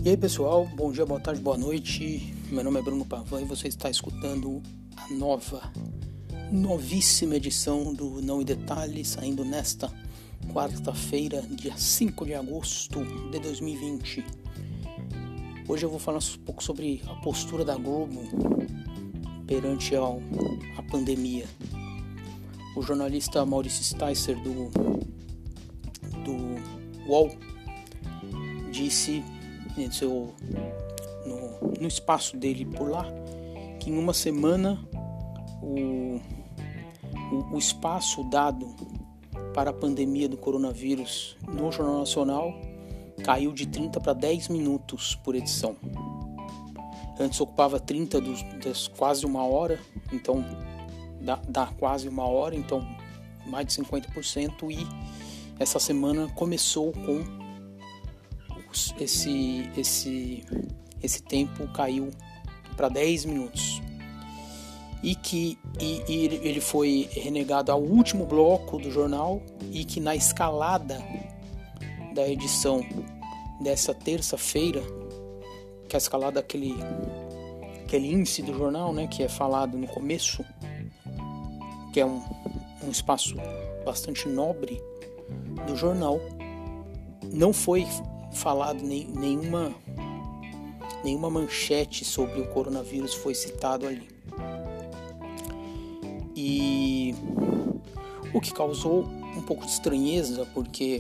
E aí pessoal, bom dia, boa tarde, boa noite. Meu nome é Bruno Pavan e você está escutando a novíssima edição do Não em Detalhe, saindo nesta quarta-feira, dia 5 de agosto de 2020. Hoje eu vou falar um pouco sobre a postura da Globo perante a pandemia. O jornalista Maurício Sticer do UOL disse no espaço dele por lá que em uma semana o espaço dado para a pandemia do coronavírus no Jornal Nacional caiu de 30 para 10 minutos por edição. Antes ocupava 30 das quase uma hora, então dá quase uma hora, então mais de 50%, e essa semana começou com esse tempo caiu para 10 minutos. E ele foi renegado ao último bloco do jornal, e que na escalada da edição dessa terça-feira, que é a escalada aquele índice do jornal, né, que é falado no começo, que é um espaço bastante nobre do jornal, não foi falado nenhuma manchete sobre o coronavírus foi citado ali. E o que causou um pouco de estranheza, porque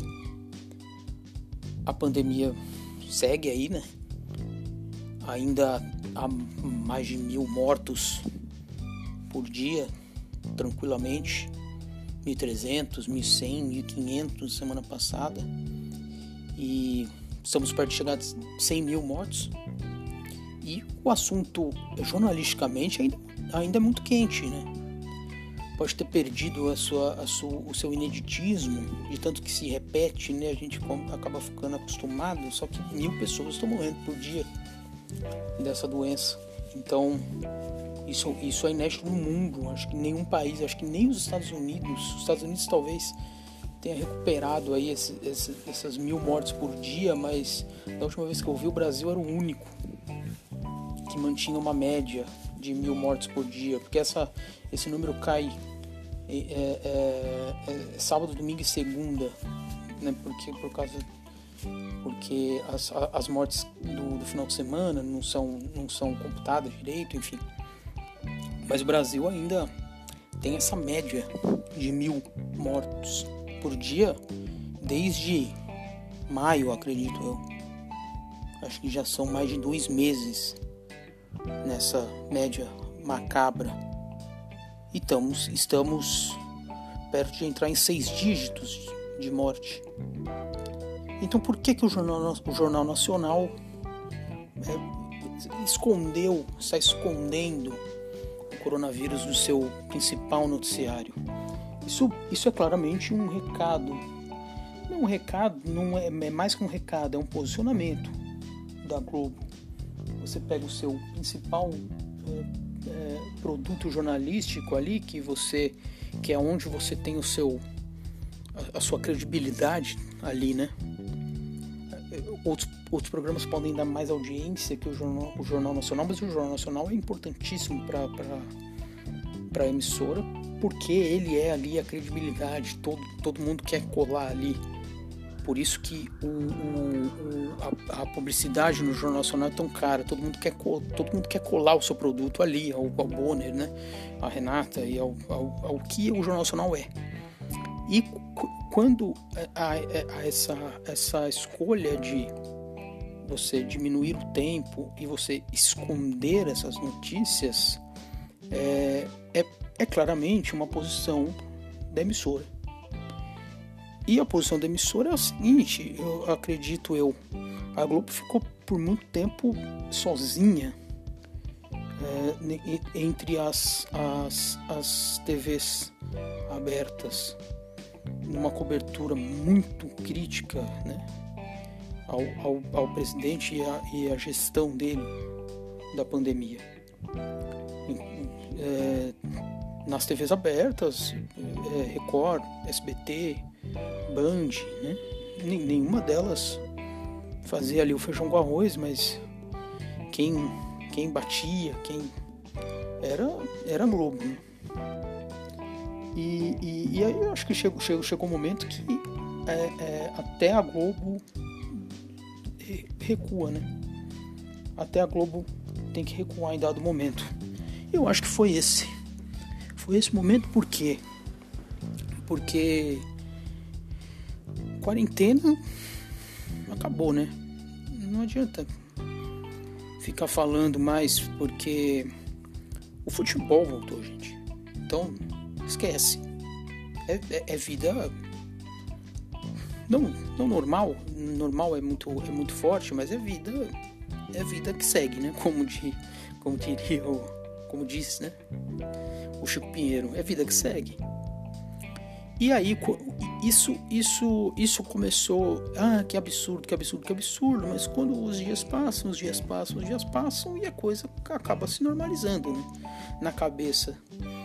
a pandemia segue aí, né? Ainda há mais de 1.000 mortos por dia, tranquilamente, 1.300, 1.100, 1.500 semana passada, e estamos perto de chegar a 100.000 mortos. E o assunto, jornalisticamente, ainda é muito quente, né? Pode ter perdido o seu ineditismo, de tanto que se repete, né? A gente acaba ficando acostumado, só que 1.000 pessoas estão morrendo por dia dessa doença. Então, isso é inédito no mundo. Acho que nenhum país, acho que nem os Estados Unidos talvez tenha recuperado aí essas 1.000 mortes por dia, mas da última vez que eu vi, o Brasil era o único que mantinha uma média de 1.000 mortes por dia, porque esse número cai sábado, domingo e segunda, né? Porque as mortes do final de semana não são computadas direito, enfim. Mas o Brasil ainda tem essa média de 1.000 mortos por dia desde maio, acredito eu. Acho que já são mais de 2 meses nessa média macabra. E estamos perto de entrar em 6 dígitos de morte. Então por que o Jornal Nacional está escondendo o coronavírus do seu principal noticiário? Isso é claramente um recado. Não é mais que um recado, é um posicionamento da Globo. Você pega o seu principal produto jornalístico ali, que é onde você tem a sua credibilidade ali, né? Outros programas podem dar mais audiência que o Jornal Nacional, mas o Jornal Nacional é importantíssimo para a emissora, porque ele é ali a credibilidade, todo mundo quer colar ali. Por isso que a publicidade no Jornal Nacional é tão cara, todo mundo quer colar o seu produto ali, ao Bonner, né? A Renata, e ao que o Jornal Nacional é. E quando há essa escolha de você diminuir o tempo e você esconder essas notícias, é claramente uma posição da emissora. E a posição da emissora é a seguinte: a Globo ficou por muito tempo sozinha entre as TVs abertas, numa cobertura muito crítica, né, ao presidente e à gestão dele da pandemia. Nas TVs abertas, Record, SBT, Band, né? Nenhuma delas fazer ali o feijão com arroz, mas quem batia, era a Globo, né? E aí eu acho que chegou um momento que até a Globo recua, né? Até a Globo tem que recuar em dado momento. Eu acho que foi esse momento. Por quê? Porque quarentena acabou, né? Não adianta ficar falando mais, porque o futebol voltou, gente. Então esquece. É vida não normal. Normal é muito forte, mas é vida que segue, né? Como disse, né? O Chico Pinheiro, é vida que segue. E aí isso começou, que absurdo, mas quando os dias passam e a coisa acaba se normalizando, né? Na cabeça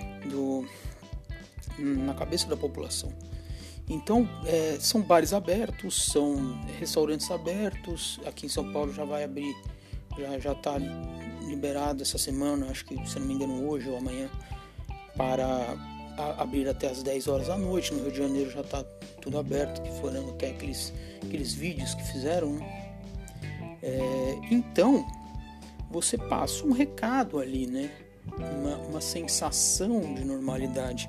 da população. Então, são bares abertos, são restaurantes abertos. Aqui em São Paulo já vai abrir, já está liberado essa semana, acho que, se não me engano, hoje ou amanhã, para abrir até as 10 horas da noite. No Rio de Janeiro já está tudo aberto, que foram até aqueles vídeos que fizeram, né? Então, você passa um recado ali, né? Uma sensação de normalidade.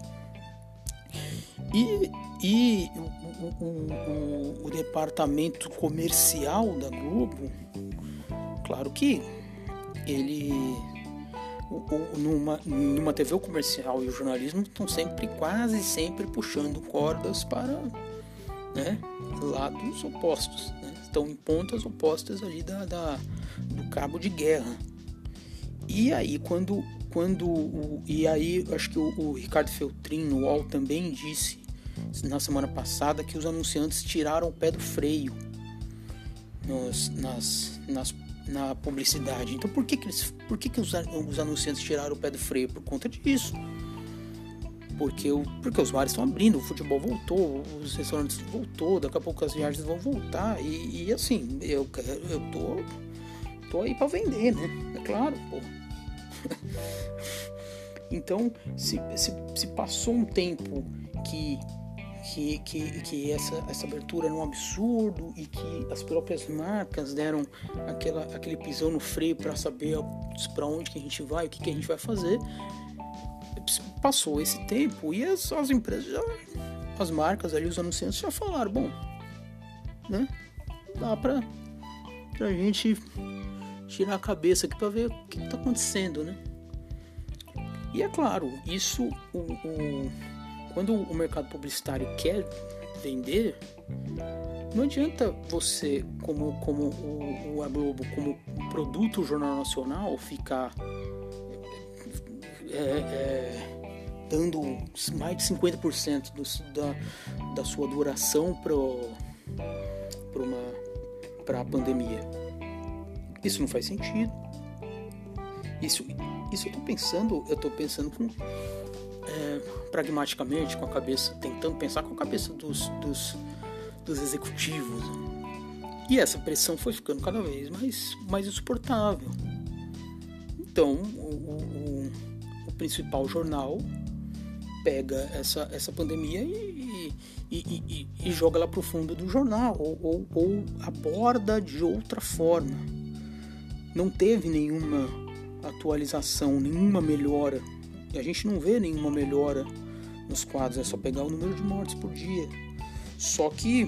E o departamento comercial da Globo, claro que ele, numa TV comercial e o jornalismo estão quase sempre puxando cordas para, né, lados opostos, né? Estão em pontas opostas ali do cabo de guerra. E aí e aí acho que o Ricardo Feltrin no UOL também disse na semana passada que os anunciantes tiraram o pé do freio na publicidade. Então por que os anunciantes tiraram o pé do freio? Por conta disso. Porque os bares estão abrindo, o futebol voltou, os restaurantes voltou, daqui a pouco as viagens vão voltar. E assim, eu tô aí para vender, né? É claro, pô. Então, se passou um tempo que essa abertura era um absurdo e que as próprias marcas deram aquele pisão no freio para saber para onde que a gente vai, o que a gente vai fazer, passou esse tempo e as empresas, as marcas ali, os anunciantes já falaram, bom, né, dá pra gente tirar a cabeça aqui para ver o que está acontecendo, né? E é claro, isso quando o mercado publicitário quer vender, não adianta você, como a Globo, como produto Jornal Nacional, ficar dando mais de 50% da sua duração para a pandemia. Isso não faz sentido. Isso eu tô pensando pragmaticamente, com a cabeça, tentando pensar com a cabeça dos executivos. E essa pressão foi ficando cada vez mais insuportável. Então, o principal jornal pega essa pandemia e joga ela para o fundo do jornal, ou aborda de outra forma. Não teve nenhuma atualização, nenhuma melhora. E a gente não vê nenhuma melhora nos quadros, é só pegar o número de mortes por dia. Só que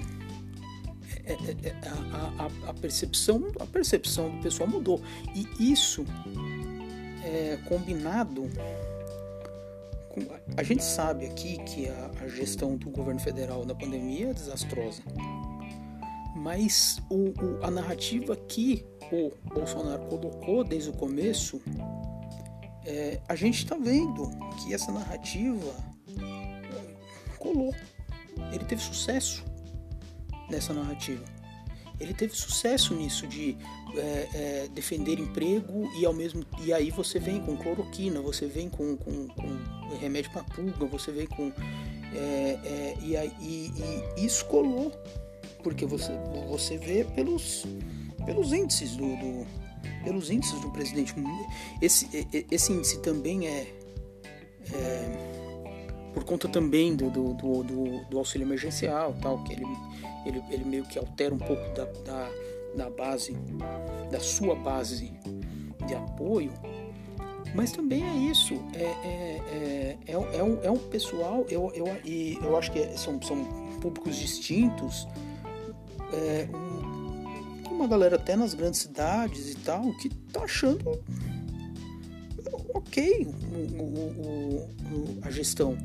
a percepção do pessoal mudou. E isso combinado com... A gente sabe aqui que a gestão do governo federal na pandemia é desastrosa. Mas a narrativa que o Bolsonaro colocou desde o começo, a gente está vendo que essa narrativa colou. Ele teve sucesso nessa narrativa. Ele teve sucesso nisso de defender emprego e aí você vem com cloroquina, você vem com remédio para pulga, você vem com... e isso colou porque você vê pelos índices pelos índices do presidente. Esse índice também é por conta também do auxílio emergencial, tal, que ele meio que altera um pouco da base, da sua base de apoio, mas também é isso, é um pessoal, eu acho que são públicos distintos, uma galera até nas grandes cidades e tal, que tá achando ok a gestão.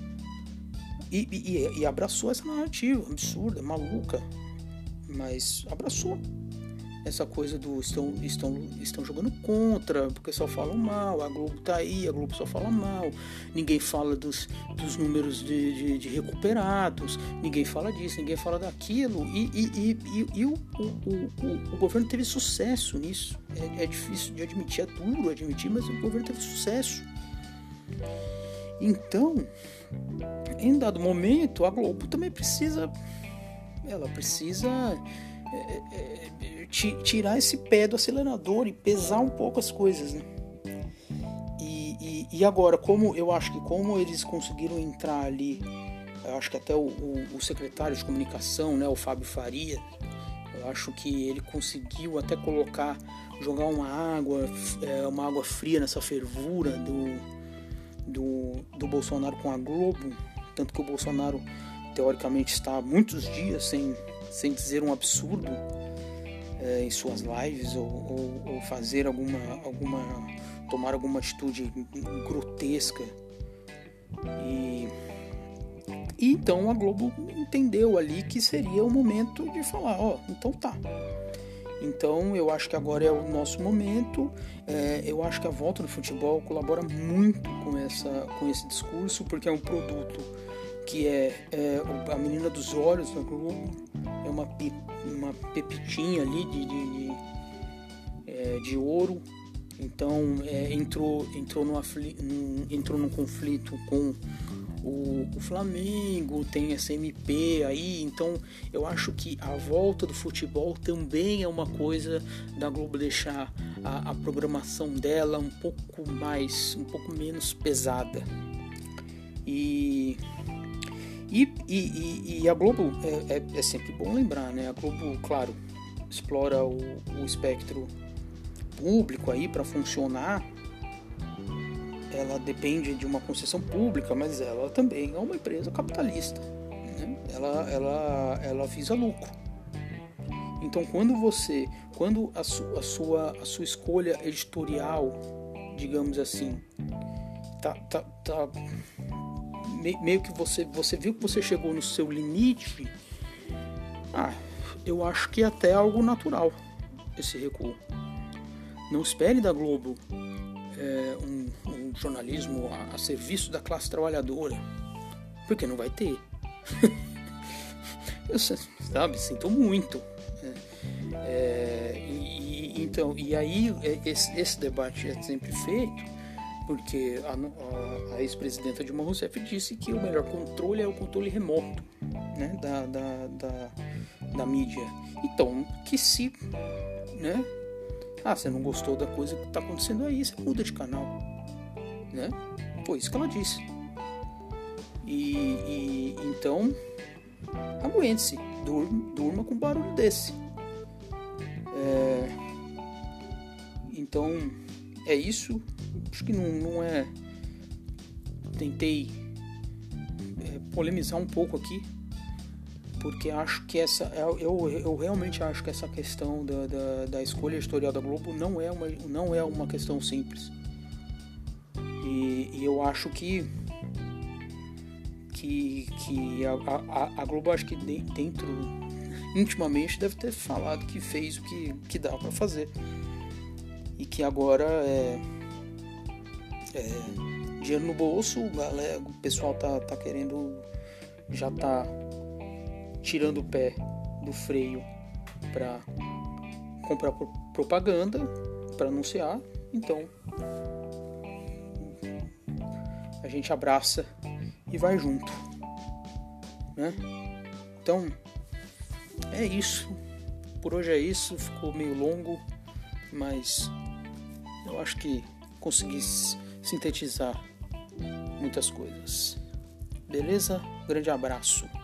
E abraçou essa narrativa absurda, maluca, mas abraçou essa coisa do estão jogando contra, porque só falam mal, a Globo tá aí, a Globo só fala mal, ninguém fala dos números de recuperados, ninguém fala disso, ninguém fala daquilo, e o governo teve sucesso nisso. É difícil de admitir, é duro admitir, mas o governo teve sucesso. Então, em dado momento, a Globo também precisa tirar esse pé do acelerador e pesar um pouco as coisas, né? E agora, como eles conseguiram entrar ali, eu acho que até o secretário de comunicação, né, o Fábio Faria, eu acho que ele conseguiu até jogar uma água fria nessa fervura do Bolsonaro com a Globo, tanto que o Bolsonaro teoricamente está há muitos dias sem dizer um absurdo em suas lives ou fazer tomar alguma atitude grotesca, e então a Globo entendeu ali que seria o momento de falar, então tá. Então eu acho que agora é o nosso momento. Eu acho que a volta do futebol colabora muito com esse discurso, porque é um produto que é a menina dos olhos da Globo, é uma pepitinha ali de ouro. Então entrou num conflito com o Flamengo, tem essa MP aí, então eu acho que a volta do futebol também é uma coisa da Globo deixar a programação dela um pouco menos pesada. E a Globo, é sempre bom lembrar, né? A Globo, claro, explora o espectro público aí para funcionar. Ela depende de uma concessão pública, mas ela também é uma empresa capitalista, né? Ela visa lucro. Então, quando a sua escolha editorial, digamos assim, tá meio que você viu que você chegou no seu limite, eu acho que é até algo natural esse recuo. Não espere da Globo um jornalismo a serviço da classe trabalhadora, porque não vai ter. Eu, sinto muito. Então, e aí esse debate é sempre feito porque a ex-presidenta Dilma Rousseff disse que o melhor controle é o controle remoto, né, da mídia. Então, né? Você não gostou da coisa que está acontecendo aí, você muda de canal, né? Foi isso que ela disse. Então, aguente-se, durma com um barulho desse. Então, é isso. Acho que não é... Tentei polemizar um pouco aqui, porque acho que eu realmente acho que essa questão da escolha editorial da Globo não é uma questão simples. E eu acho que a Globo, acho que dentro, intimamente, deve ter falado que fez o que dá para fazer, e que agora dinheiro no bolso, o pessoal tá querendo, já tá tirando o pé do freio para comprar propaganda, para anunciar. Então a gente abraça e vai junto, né? Então É isso. Por hoje é isso. Ficou meio longo, mas eu acho que consegui sintetizar muitas coisas. Beleza? Grande abraço.